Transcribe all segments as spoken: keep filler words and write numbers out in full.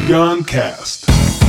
Guncast.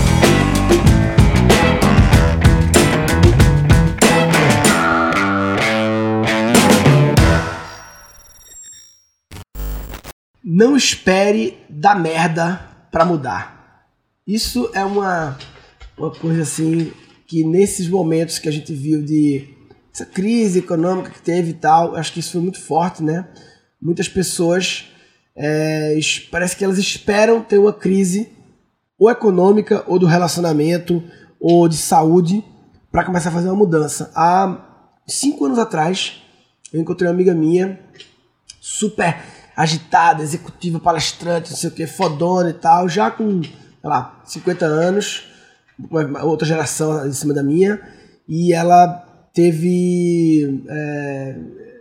Não espere dar merda pra mudar. Isso é uma, uma coisa assim que nesses momentos que a gente viu de essa crise econômica que teve e tal, acho que isso foi muito forte, né? Muitas pessoas é, parece que elas esperam ter uma crise ou econômica, ou do relacionamento, ou de saúde, para começar a fazer uma mudança. Há cinco anos atrás, eu encontrei uma amiga minha, super agitada, executiva, palestrante, não sei o que, fodona e tal, já com, sei lá, cinquenta anos, outra geração em cima da minha, e ela teve é,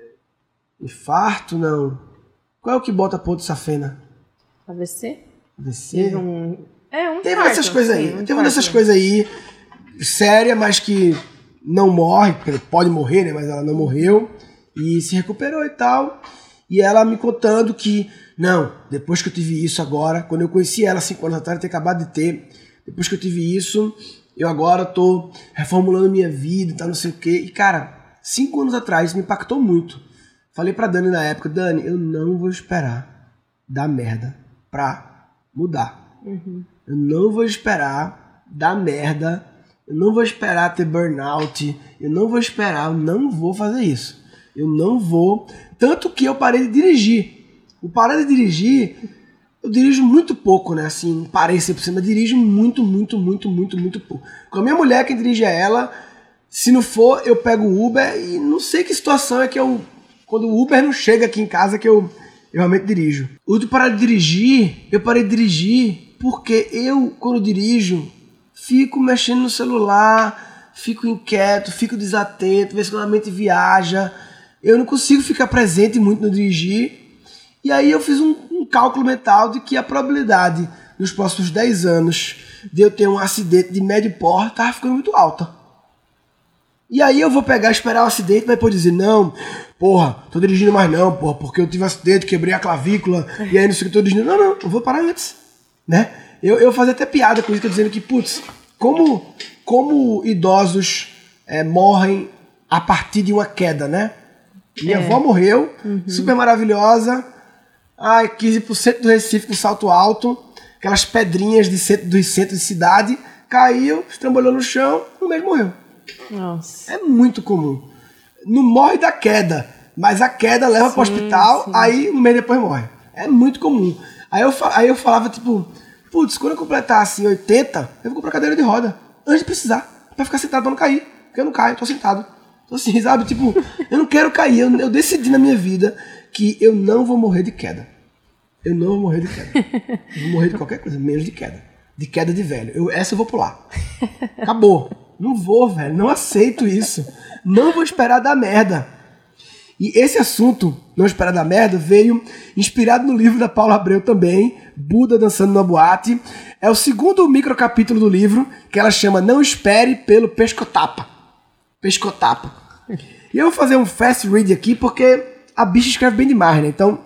infarto, não. Qual é o que bota ponto de safena? A V C? A V C? Teve um... É, um Teve infarto, essas coisas aí. sim, um Teve uma dessas infarto. coisas aí, séria, mas que não morre, porque pode morrer, né? Mas ela não morreu. E se recuperou e tal. E ela me contando que, não, depois que eu tive isso agora, quando eu conheci ela cinco anos atrás, eu tinha acabado de ter, depois que eu tive isso, eu agora tô reformulando minha vida e tal, não sei o quê. E, cara, cinco anos atrás me impactou muito. Falei pra Dani na época, Dani, eu não vou esperar dar merda pra mudar. Uhum. Eu não vou esperar dar merda, eu não vou esperar ter burnout, eu não vou esperar, eu não vou fazer isso. Eu não vou... Tanto que eu parei de dirigir. O parar de dirigir, eu dirijo muito pouco, né? Assim, parei sempre por cima, dirijo muito, muito, muito, muito, muito pouco. Com a minha mulher, quem dirige é ela. Se não for, eu pego o Uber e não sei que situação é que eu... Quando o Uber não chega aqui em casa que eu, eu realmente dirijo. O de parar de dirigir, eu parei de dirigir porque eu, quando dirijo, fico mexendo no celular, fico inquieto, fico desatento, vez quando a mente viaja. Eu não consigo ficar presente muito no dirigir. E aí eu fiz um, um cálculo mental de que a probabilidade nos próximos dez anos de eu ter um acidente de médio porte estava ficando muito alta. E aí eu vou pegar, esperar o acidente, mas depois dizer, não, porra, tô dirigindo mais não, porra, porque eu tive um acidente, quebrei a clavícula, e aí não sei o que, tô dirigindo. Não, não, eu vou parar antes, né? Eu, eu fazia até piada com isso, que eu dizendo que, putz, como, como idosos é, morrem a partir de uma queda, né? Minha é. avó morreu, uhum. super maravilhosa, ai, quinze por cento do Recife com salto alto, aquelas pedrinhas de centro, dos centros de cidade, caiu, estrambolhou no chão, um mês morreu. Nossa. É muito comum. Não morre da queda, mas a queda leva sim, pro hospital, sim. Aí um mês depois morre. É muito comum. Aí eu, aí eu falava, tipo, putz, quando eu completar assim oitenta, eu vou comprar cadeira de roda, antes de precisar, pra ficar sentado pra não cair, porque eu não caio, eu tô sentado. Tô assim, sabe? Tipo, eu não quero cair, eu, eu decidi na minha vida que eu não vou morrer de queda. Eu não vou morrer de queda. Eu vou morrer de qualquer coisa, menos de queda. De queda de velho. Eu, essa eu vou pular. Acabou. Não vou, velho. Não aceito isso. Não vou esperar dar merda. E esse assunto, não esperar dar merda, veio inspirado no livro da Paula Abreu também, Buda Dançando na Boate. É o segundo microcapítulo do livro, que ela chama Não Espere pelo Pescotapa. Pescotapa. E eu vou fazer um fast read aqui, porque a bicha escreve bem demais, né? Então,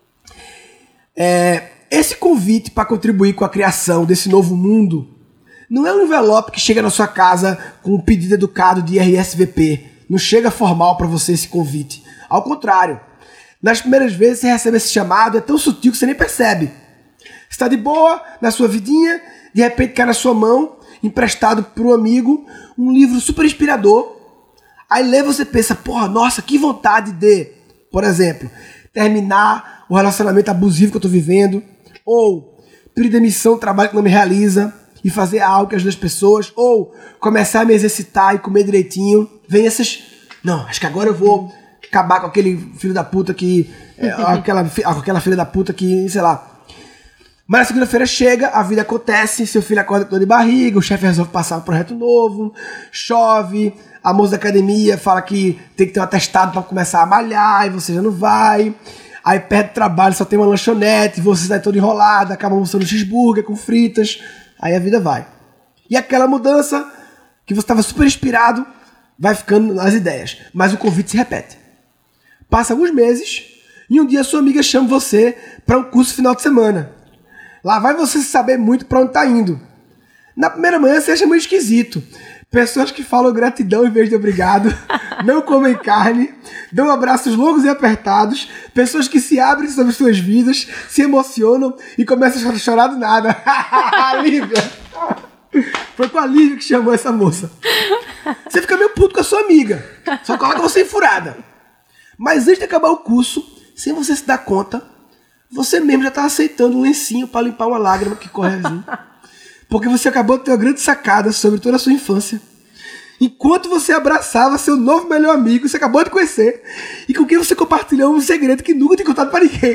é, esse convite para contribuir com a criação desse novo mundo não é um envelope que chega na sua casa com um pedido educado de R S V P. Não chega formal para você esse convite. Ao contrário, nas primeiras vezes você recebe esse chamado, é tão sutil que você nem percebe. Você está de boa, na sua vidinha, de repente cai na sua mão, emprestado por um amigo, um livro super inspirador. Aí lê, você pensa, porra, nossa, que vontade de, por exemplo, terminar o relacionamento abusivo que eu tô vivendo, ou pedir demissão do trabalho que não me realiza, e fazer algo que ajude as pessoas, ou começar a me exercitar e comer direitinho. Vem essas... Não, acho que agora eu vou acabar com aquele filho da puta que... É, aquela, aquela filha da puta que, sei lá. Mas na segunda-feira chega, a vida acontece, seu filho acorda com dor de barriga, o chefe resolve passar um projeto novo, chove, a moça da academia fala que tem que ter um atestado para começar a malhar, e você já não vai. Aí perde o trabalho, só tem uma lanchonete, você sai todo enrolado, acaba almoçando um cheeseburger com fritas... Aí a vida vai. E aquela mudança que você estava super inspirado vai ficando nas ideias. Mas o convite se repete. Passa alguns meses e um dia sua amiga chama você para um curso final de semana. Lá vai você saber muito pra onde tá indo. Na primeira manhã você acha meio esquisito. Pessoas que falam gratidão em vez de obrigado, não comem carne, dão abraços longos e apertados, pessoas que se abrem sobre suas vidas, se emocionam e começam a chorar do nada. Lívia! Foi com a Lívia que chamou essa moça. Você fica meio puto com a sua amiga, só coloca você em furada. Mas antes de acabar o curso, sem você se dar conta, você mesmo já tá aceitando um lencinho para limpar uma lágrima que corre assim. Porque você acabou de ter uma grande sacada sobre toda a sua infância. Enquanto você abraçava seu novo melhor amigo, você acabou de conhecer, e com quem você compartilhou um segredo que nunca tinha contado pra ninguém.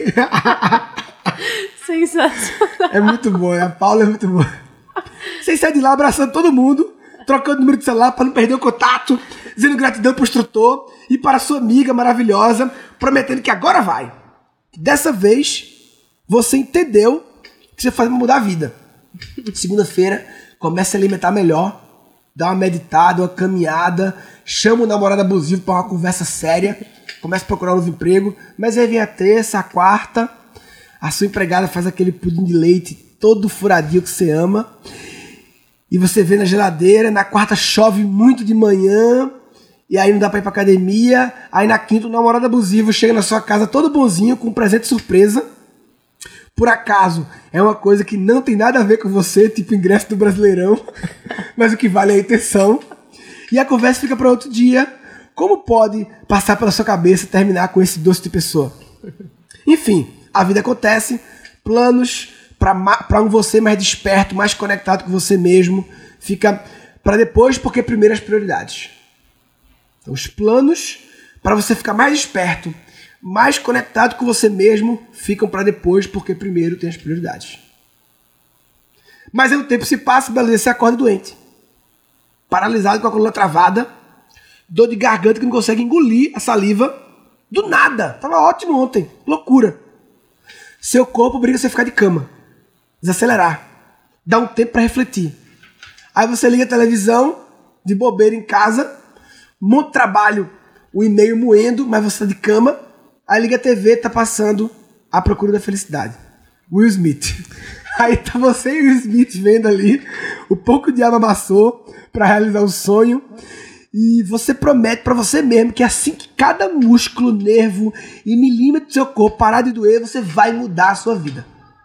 Sensacional. É muito bom, a Paula é muito boa. Você sai de lá abraçando todo mundo, trocando o número de celular pra não perder o contato, dizendo gratidão pro instrutor e para a sua amiga maravilhosa, prometendo que agora vai. Dessa vez, você entendeu que você faz pra mudar a vida. Segunda-feira, comece a alimentar melhor, dá uma meditada, uma caminhada, chama o namorado abusivo para uma conversa séria, comece a procurar um novo emprego, mas aí vem a terça, a quarta, a sua empregada faz aquele pudim de leite todo furadinho que você ama, e você vê na geladeira, na quarta chove muito de manhã, e aí não dá pra ir pra academia, aí na quinta o namorado abusivo chega na sua casa todo bonzinho, com um presente surpresa. Por acaso, é uma coisa que não tem nada a ver com você, tipo ingresso do Brasileirão, mas o que vale é a intenção. E a conversa fica para outro dia. Como pode passar pela sua cabeça terminar com esse doce de pessoa? Enfim, a vida acontece, planos para um você mais desperto, mais conectado com você mesmo, fica para depois, porque primeiro as prioridades. Então, os planos para você ficar mais desperto, mais conectado com você mesmo, ficam para depois, porque primeiro tem as prioridades. Mas aí o tempo se passa, beleza, você acorda doente. Paralisado, com a coluna travada, dor de garganta que não consegue engolir a saliva, do nada. Tava ótimo ontem, loucura. Seu corpo obriga você a ficar de cama, desacelerar, dá um tempo para refletir. Aí você liga a televisão, de bobeira em casa, muito trabalho, o e-mail moendo, mas você tá de cama. Aí liga a T V, tá passando A Procura da Felicidade. Will Smith. Aí tá você e o Will Smith vendo ali o pouco de diabo amassou pra realizar o sonho. E você promete pra você mesmo que assim que cada músculo, nervo e milímetro do seu corpo parar de doer, você vai mudar a sua vida.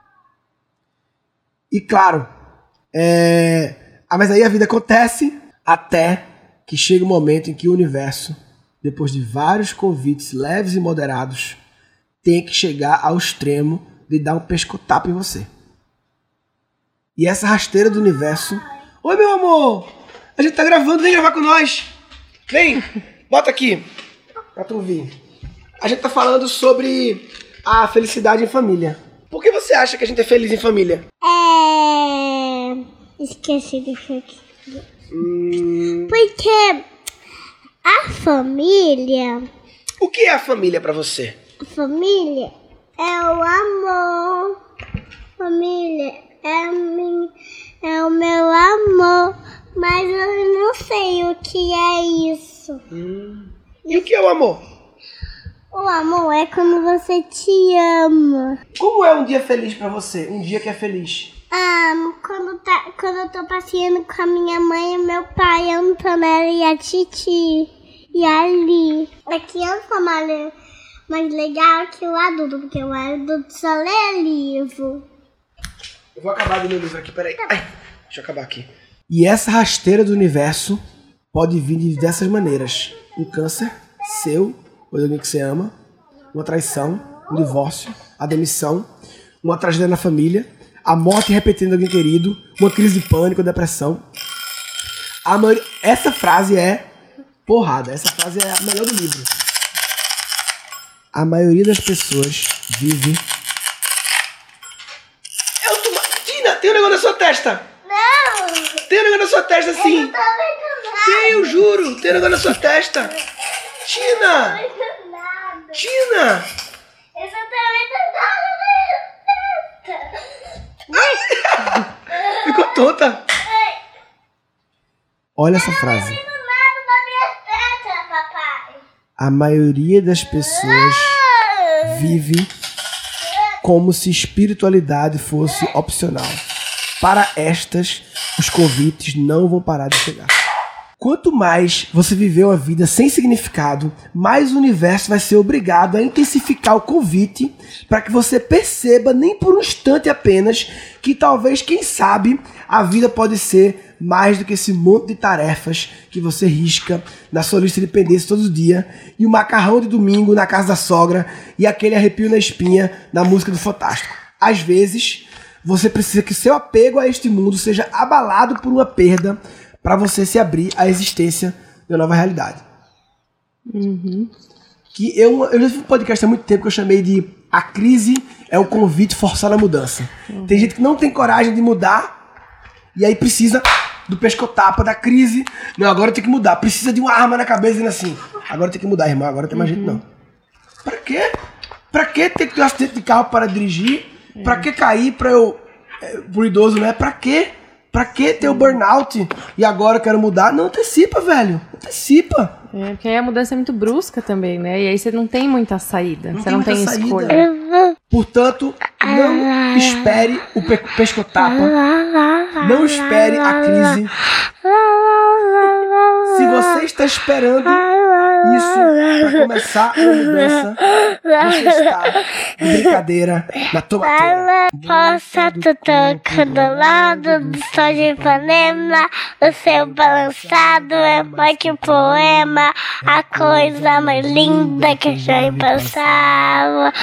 E claro, é... ah, mas aí a vida acontece até que chega o momento em que o universo, depois de vários convites leves e moderados, tem que chegar ao extremo de dar um pescotapo em você. E essa rasteira do universo... Oi, meu amor! A gente tá gravando, vem gravar com nós! Vem! Bota aqui, pra tu ouvir. A gente tá falando sobre a felicidade em família. Por que você acha que a gente é feliz em família? É... Esqueci de falar. Hum... Porque... A família... O que é a família pra você? A família é o amor. Família é, min, é o meu amor. Mas eu não sei o que é isso. Hum. E o que é o amor? O amor é quando você te ama. Como é um dia feliz pra você? Um dia que é feliz? Ah, quando, tá, quando eu tô passeando com a minha mãe e meu pai, a Antonella e a Titi e a Ali. A criança mais, mais legal que o adulto, porque o adulto só lê livro. Eu vou acabar do meu livro aqui, peraí. Ai, deixa eu acabar aqui. E essa rasteira do universo pode vir de diversas maneiras. Um câncer seu, ou de alguém que você ama, uma traição, um divórcio, a demissão, uma tragédia na família, a morte repetindo de alguém querido, uma crise de pânico, depressão. A maioria... Essa frase é porrada. Essa frase é a melhor do livro. A maioria das pessoas vive... Eu tô... Tina, tem um negócio na sua testa. Não! Tem um negócio na sua testa, sim. Eu não tô vendo nada. Tem, eu juro. Tem um negócio na sua testa. Tina! Eu não tô vendo nada. Tina! Eu só tô vendo nada na minha testa. Ficou tonta. Olha essa frase. Não tô vendo nada na minha testa, papai. A maioria das pessoas vive como se espiritualidade fosse opcional. Para estas, os convites não vão parar de chegar. Quanto mais você viver uma vida sem significado, mais o universo vai ser obrigado a intensificar o convite para que você perceba, nem por um instante apenas, que talvez, quem sabe, a vida pode ser mais do que esse monte de tarefas que você risca na sua lista de pendências todo dia, e o macarrão de domingo na casa da sogra e aquele arrepio na espinha na música do Fantástico. Às vezes, você precisa que seu apego a este mundo seja abalado por uma perda para você se abrir à existência de uma nova realidade. Uhum. Que eu, eu já fiz um podcast há muito tempo que eu chamei de A Crise é o Convite Forçado à Mudança. Uhum. Tem gente que não tem coragem de mudar e aí precisa do pescotapa da crise. Não, agora eu tenho que mudar. Precisa de uma arma na cabeça dizendo assim, agora eu tenho que mudar, irmão, agora tem mais uhum. jeito não. Pra quê? Pra que ter que ter um acidente de carro para dirigir? É. Pra que cair pra eu... É, pro idoso, né? Pra quê? Pra que ter o burnout e agora eu quero mudar? Não, antecipa, velho. Antecipa. É, porque aí a mudança é muito brusca também, né? E aí você não tem muita saída. Não você não tem saída. escolha. Portanto, não espere o pe- pescotapa. Não espere a crise. Se você está esperando isso para começar uma mudança, você está de brincadeira na tomateira. Possa tu tocando ao lado do sol de Ipanema, o seu balançado é mais que um poema, a coisa mais linda que eu já pensava.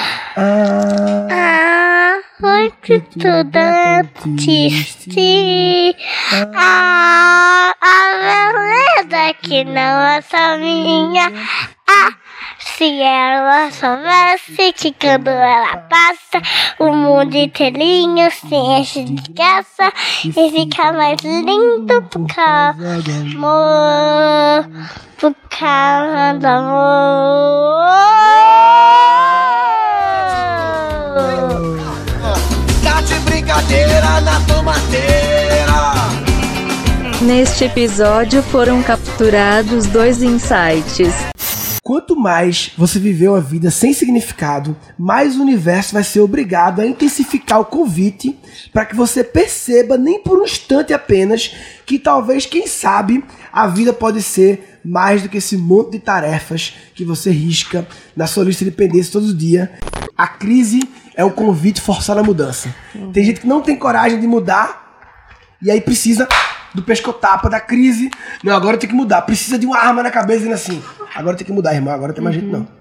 Ah, foi que tudo é triste. Ah, a beleza que não é só minha. Ah, se ela soubesse que quando ela passa, o mundo inteirinho se enche de graça e fica mais lindo por causa do amor, por causa do amor. Tá de brincadeira na tomateira. Neste episódio foram capturados dois insights. Quanto mais você viver uma vida sem significado, mais o universo vai ser obrigado a intensificar o convite para que você perceba, nem por um instante apenas, que talvez, quem sabe, a vida pode ser mais do que esse monte de tarefas que você risca na sua lista de pendências todo dia. A crise é o convite forçado à mudança. Uhum. Tem gente que não tem coragem de mudar e aí precisa do pescotapa da crise. Não, agora eu tenho que mudar. Precisa de uma arma na cabeça dizendo assim, agora eu tenho que mudar, irmão, agora tem mais uhum. jeito não.